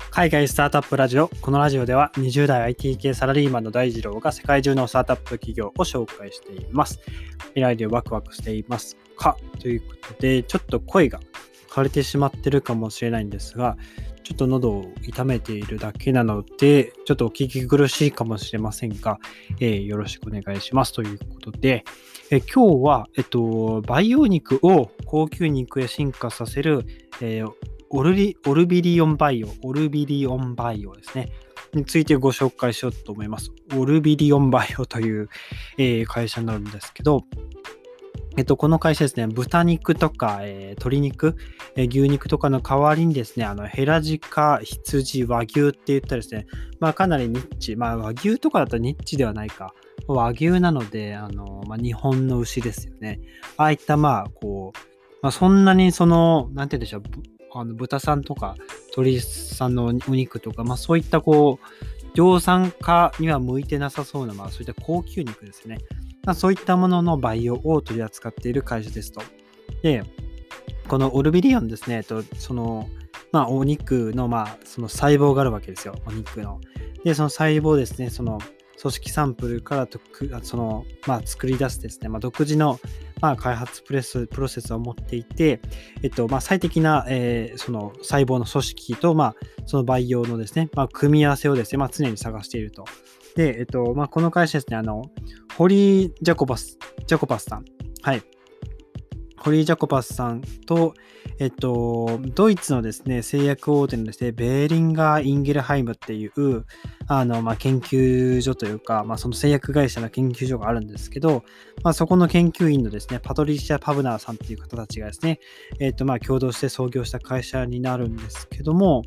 海外スタートアップラジオ。このラジオでは20代 IT 系サラリーマンの大二郎が世界中のスタートアップ企業を紹介しています。未来でワクワクしていますかということで、ちょっと声が枯れてしまってるかもしれないんですが、ちょっと喉を痛めているだけなので、ちょっとお聞き苦しいかもしれませんが、よろしくお願いしますということで、今日は、培養肉を高級肉へ進化させる、オルビリオンバイオですね。についてご紹介しようと思います。オルビリオンバイオという、会社になるんですけど、この会社ですね、豚肉とか、鶏肉、牛肉とかの代わりにですね、ヘラジカ、羊、和牛って言ったらですね、かなりニッチ、和牛とかだとニッチではないか。和牛なので、日本の牛ですよね。ああいったそんなになんて言うんでしょう、豚さんとか鶏さんのお肉とか、そういった量産化には向いてなさそうな、そういった高級肉ですね。そういったものの培養を取り扱っている会社ですと。で、このオルビリオンですね、お肉の、その細胞があるわけですよ、お肉の。で、その細胞ですね、その組織サンプルから作り出すですね、独自の、開発プロセスを持っていて、最適な、その細胞の組織と、その培養のですね、組み合わせをですね、常に探していると。で、この会社ですね、ホリー・ジャコパスさん。はい。ホリー・ジャコパスさんと、ドイツのですね、製薬大手のですね、ベーリンガー・インゲルハイムっていう、研究所というか、その製薬会社の研究所があるんですけど、そこの研究員のですね、パトリシア・パブナーさんっていう方たちがですね、共同して創業した会社になるんですけども、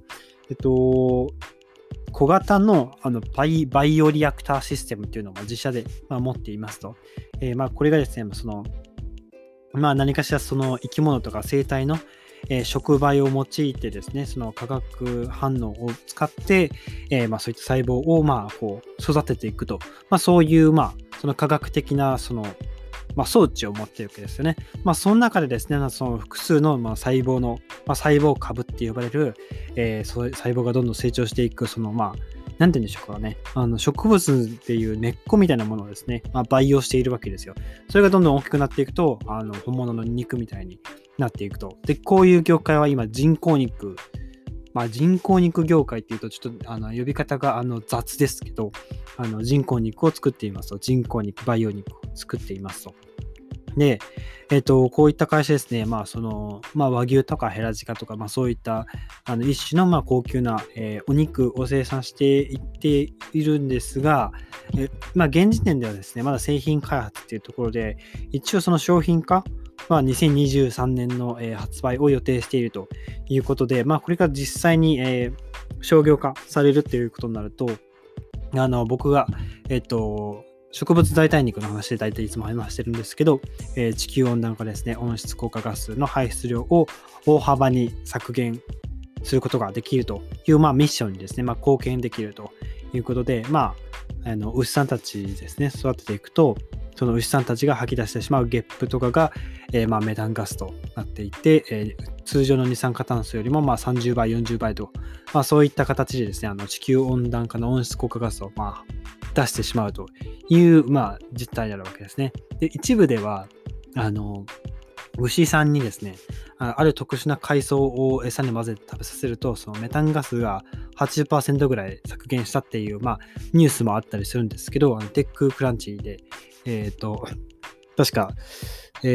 小型のバイオリアクターシステムっていうのを自社で持っていますと。これがですね、何かしらその生き物とか生態の触媒を用いてですね、その化学反応を使って、そういった細胞を育てていくと。そういうその科学的な装置を持っているわけですよね。その中でですね、その複数の細胞の、細胞株って呼ばれる、そういう細胞がどんどん成長していく、なんて言うんでしょうかね。植物っていう根っこみたいなものをですね、培養しているわけですよ。それがどんどん大きくなっていくと、本物の肉みたいになっていくと。で、こういう業界は今、人工肉業界っていうとちょっと呼び方が雑ですけど、人工肉を作っていますと。人工肉、培養肉を作っていますと。で、こういった会社ですね、和牛とかヘラジカとか、そういった一種の高級な、お肉を生産していっているんですが、現時点ではですね、まだ製品開発っていうところで、一応その商品化は2023年の、発売を予定しているということで、これが実際に、商業化されるっていうことになると、僕が、植物代替肉の話で大体いつも話してるんですけど、地球温暖化ですね、温室効果ガスの排出量を大幅に削減することができるという、ミッションにですね、貢献できるということで、牛さんたちですね、育てていくと、その牛さんたちが吐き出してしまうゲップとかが、メタンガスとなっていて、通常の二酸化炭素よりも30倍、40倍と、そういった形でですね、地球温暖化の温室効果ガスを出してしまうという、実態になるわけですね。で、一部では、牛さんにですね、ある特殊な海藻を餌に混ぜて食べさせると、そのメタンガスが 80% ぐらい削減したっていう、ニュースもあったりするんですけど、テッククランチで、確か、ここ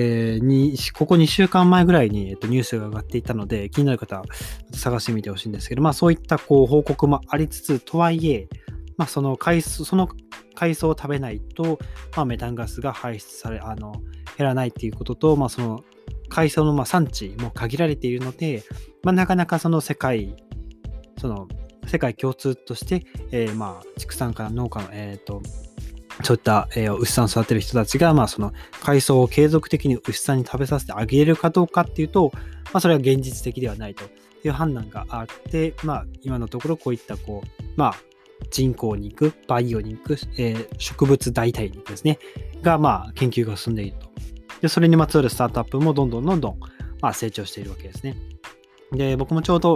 2週間前ぐらいに、ニュースが上がっていたので、気になる方は探してみてほしいんですけど、そういった報告もありつつ、とはいえ、その海藻を食べないと、メタンガスが排出され、減らないっていうことと、その海藻の産地も限られているので、なかなかその世界共通として、畜産から農家の、そういった、牛さんを育てる人たちが、その海藻を継続的に牛さんに食べさせてあげれるかどうかっていうと、それは現実的ではないという判断があって、今のところこういった人工肉、培養肉、植物代替肉ですねが、研究が進んでいると。で、それにまつわるスタートアップもどんどん成長しているわけですね。で、僕もちょうど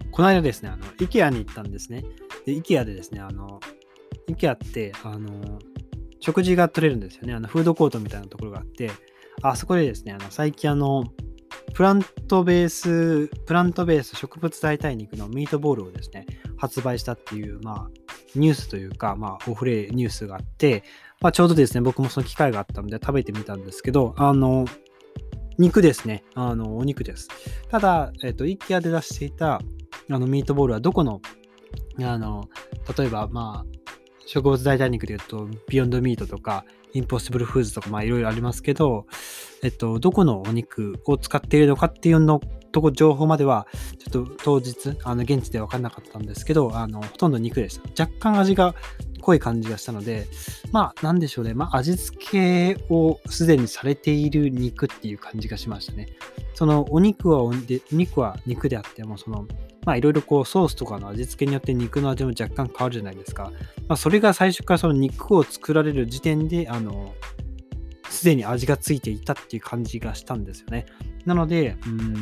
この間ですね、IKEA に行ったんですね。で、IKEA でですね、IKEA って、食事が取れるんですよね。フードコートみたいなところがあって、そこでですね、最近プラントベース植物代替肉のミートボールをですね、発売したっていう、ニュースというか、オフレニュースがあって、ちょうどですね、僕もその機会があったので食べてみたんですけど、肉ですね。お肉です。ただ、IKEA で出していた、ミートボールはどこの、例えば、植物代替肉で言うと、ビヨンドミートとか、インポッシブルフーズとか、いろいろありますけど、どこのお肉を使っているのかっていうの情報までは、ちょっと当日、現地で分からなかったんですけど、ほとんど肉でした。若干味が濃い感じがしたので、なんでしょうね。味付けをすでにされている肉っていう感じがしましたね。そのお肉は肉であっても、いろいろソースとかの味付けによって肉の味も若干変わるじゃないですか。それが最初からその肉を作られる時点で、すでに味がついていたっていう感じがしたんですよね。なので、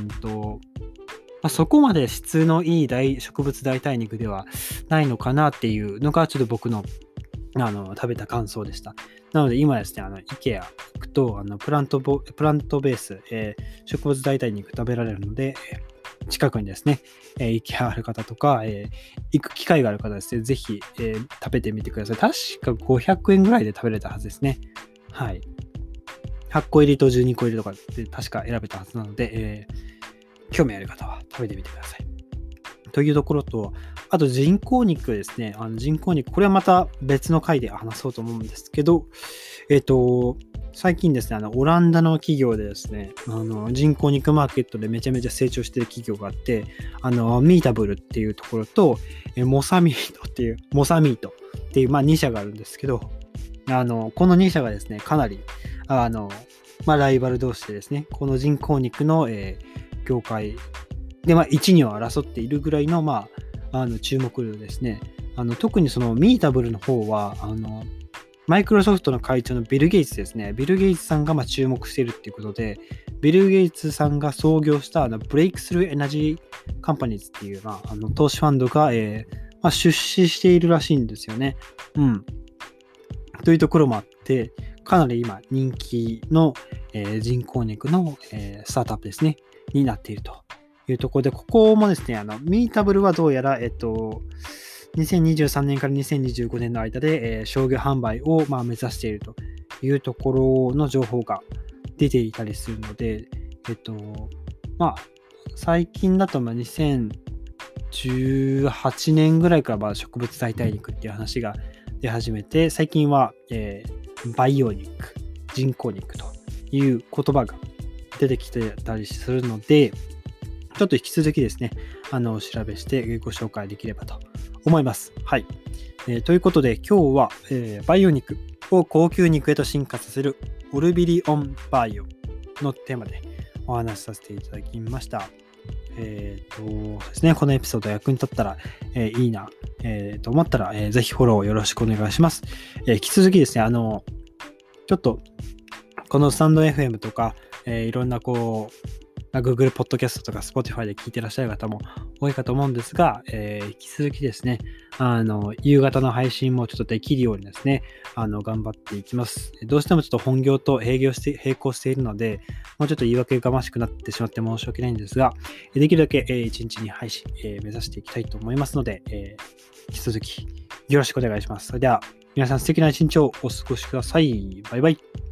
そこまで質のいい植物代替肉ではないのかなっていうのがちょっと僕の食べた感想でした。なので今ですね、IKEA 行くとプラントベース、植物代替肉食べられるので、近くにですね、IKEA ある方とか、行く機会がある方ですね、ぜひ、食べてみてください。確か500円ぐらいで食べれたはずですね。はい。8個入りと12個入りとかで確か選べたはずなので、興味ある方は食べてみてください。というところと、あと人工肉ですね。人工肉、これはまた別の回で話そうと思うんですけど、最近ですね、オランダの企業でですね、人工肉マーケットでめちゃめちゃ成長している企業があって、ミータブルっていうところと、モサミートっていう2社があるんですけど、この2社がですね、かなり、ライバル同士でですね、この人工肉の、業界で、1、2を争っているぐらいの、注目度ですね。特にそのミータブルの方は、マイクロソフトの会長のビル・ゲイツですね。ビル・ゲイツさんが注目しているっていうことで、ビル・ゲイツさんが創業したブレイクスルーエナジーカンパニーズっていう、投資ファンドが、出資しているらしいんですよね。というところもあって、かなり今人気の、人工肉の、スタートアップですね、になっているというところで、ここもですね、ミータブルはどうやら、2023年から2025年の間で、商業販売を、目指しているというところの情報が出ていたりするので、最近だと2018年ぐらいから植物代替肉っていう話が出始めて、最近は、バイオ肉、人工肉という言葉が出てきてたりするので、ちょっと引き続きですね、調べしてご紹介できればと思います。はい。ということで、今日は、バイオ肉を高級肉へと進化させるオルビリオンバイオのテーマでお話しさせていただきました。ですね、このエピソード役に立ったら、いいな、と思ったら、ぜひフォローよろしくお願いします。引き続きですね、ちょっとこのスタンド FM とか、いろんなGoogle Podcast とか Spotify で聞いてらっしゃる方も多いかと思うんですが、引き続きですね、夕方の配信もちょっとできるようにですね、頑張っていきます。どうしてもちょっと本業と並行しているので、もうちょっと言い訳がましくなってしまって申し訳ないんですが、できるだけ1日に配信、目指していきたいと思いますので、引き続きよろしくお願いします。それでは皆さん素敵な一日をお過ごしください。バイバイ。